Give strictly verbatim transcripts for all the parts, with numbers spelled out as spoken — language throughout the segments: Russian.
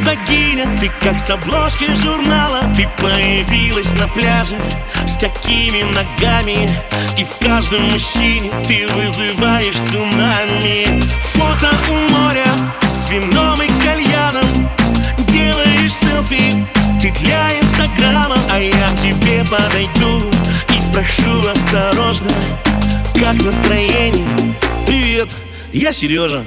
богиня, ты как с обложки журнала. Ты появилась на пляже с такими ногами, и в каждом мужчине ты вызываешь цунами. Фото у моря с вином и кальяном, делаешь селфи ты для инстаграма. А я к тебе подойду и спрошу осторожно: как настроение? Привет, я Сережа.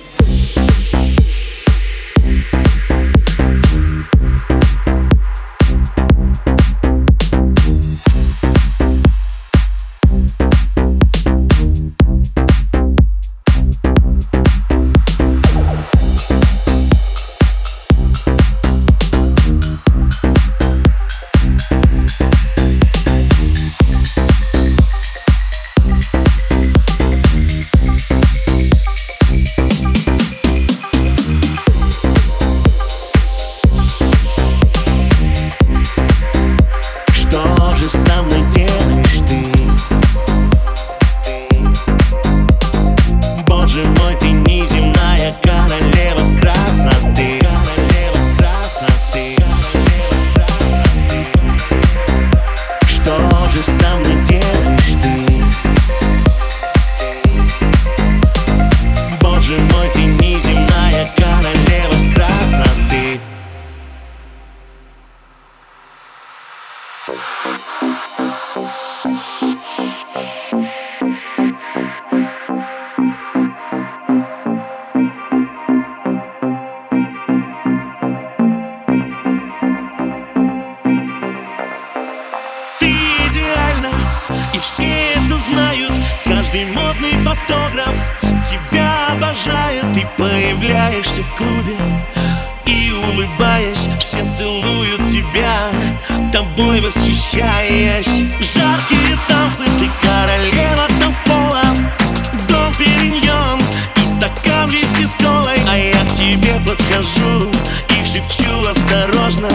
И все это знают, каждый модный фотограф тебя обожает. Ты появляешься в клубе и, улыбаясь, все целуют тебя, тобой восхищаясь. Жаркие танцы, ты королева танцпола, Дом Периньон и стакан виски с колой. А я к тебе подхожу и шепчу осторожно: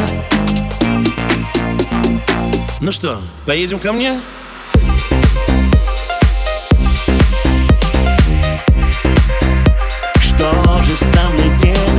ну что, поедем ко мне? Что же со мной делать?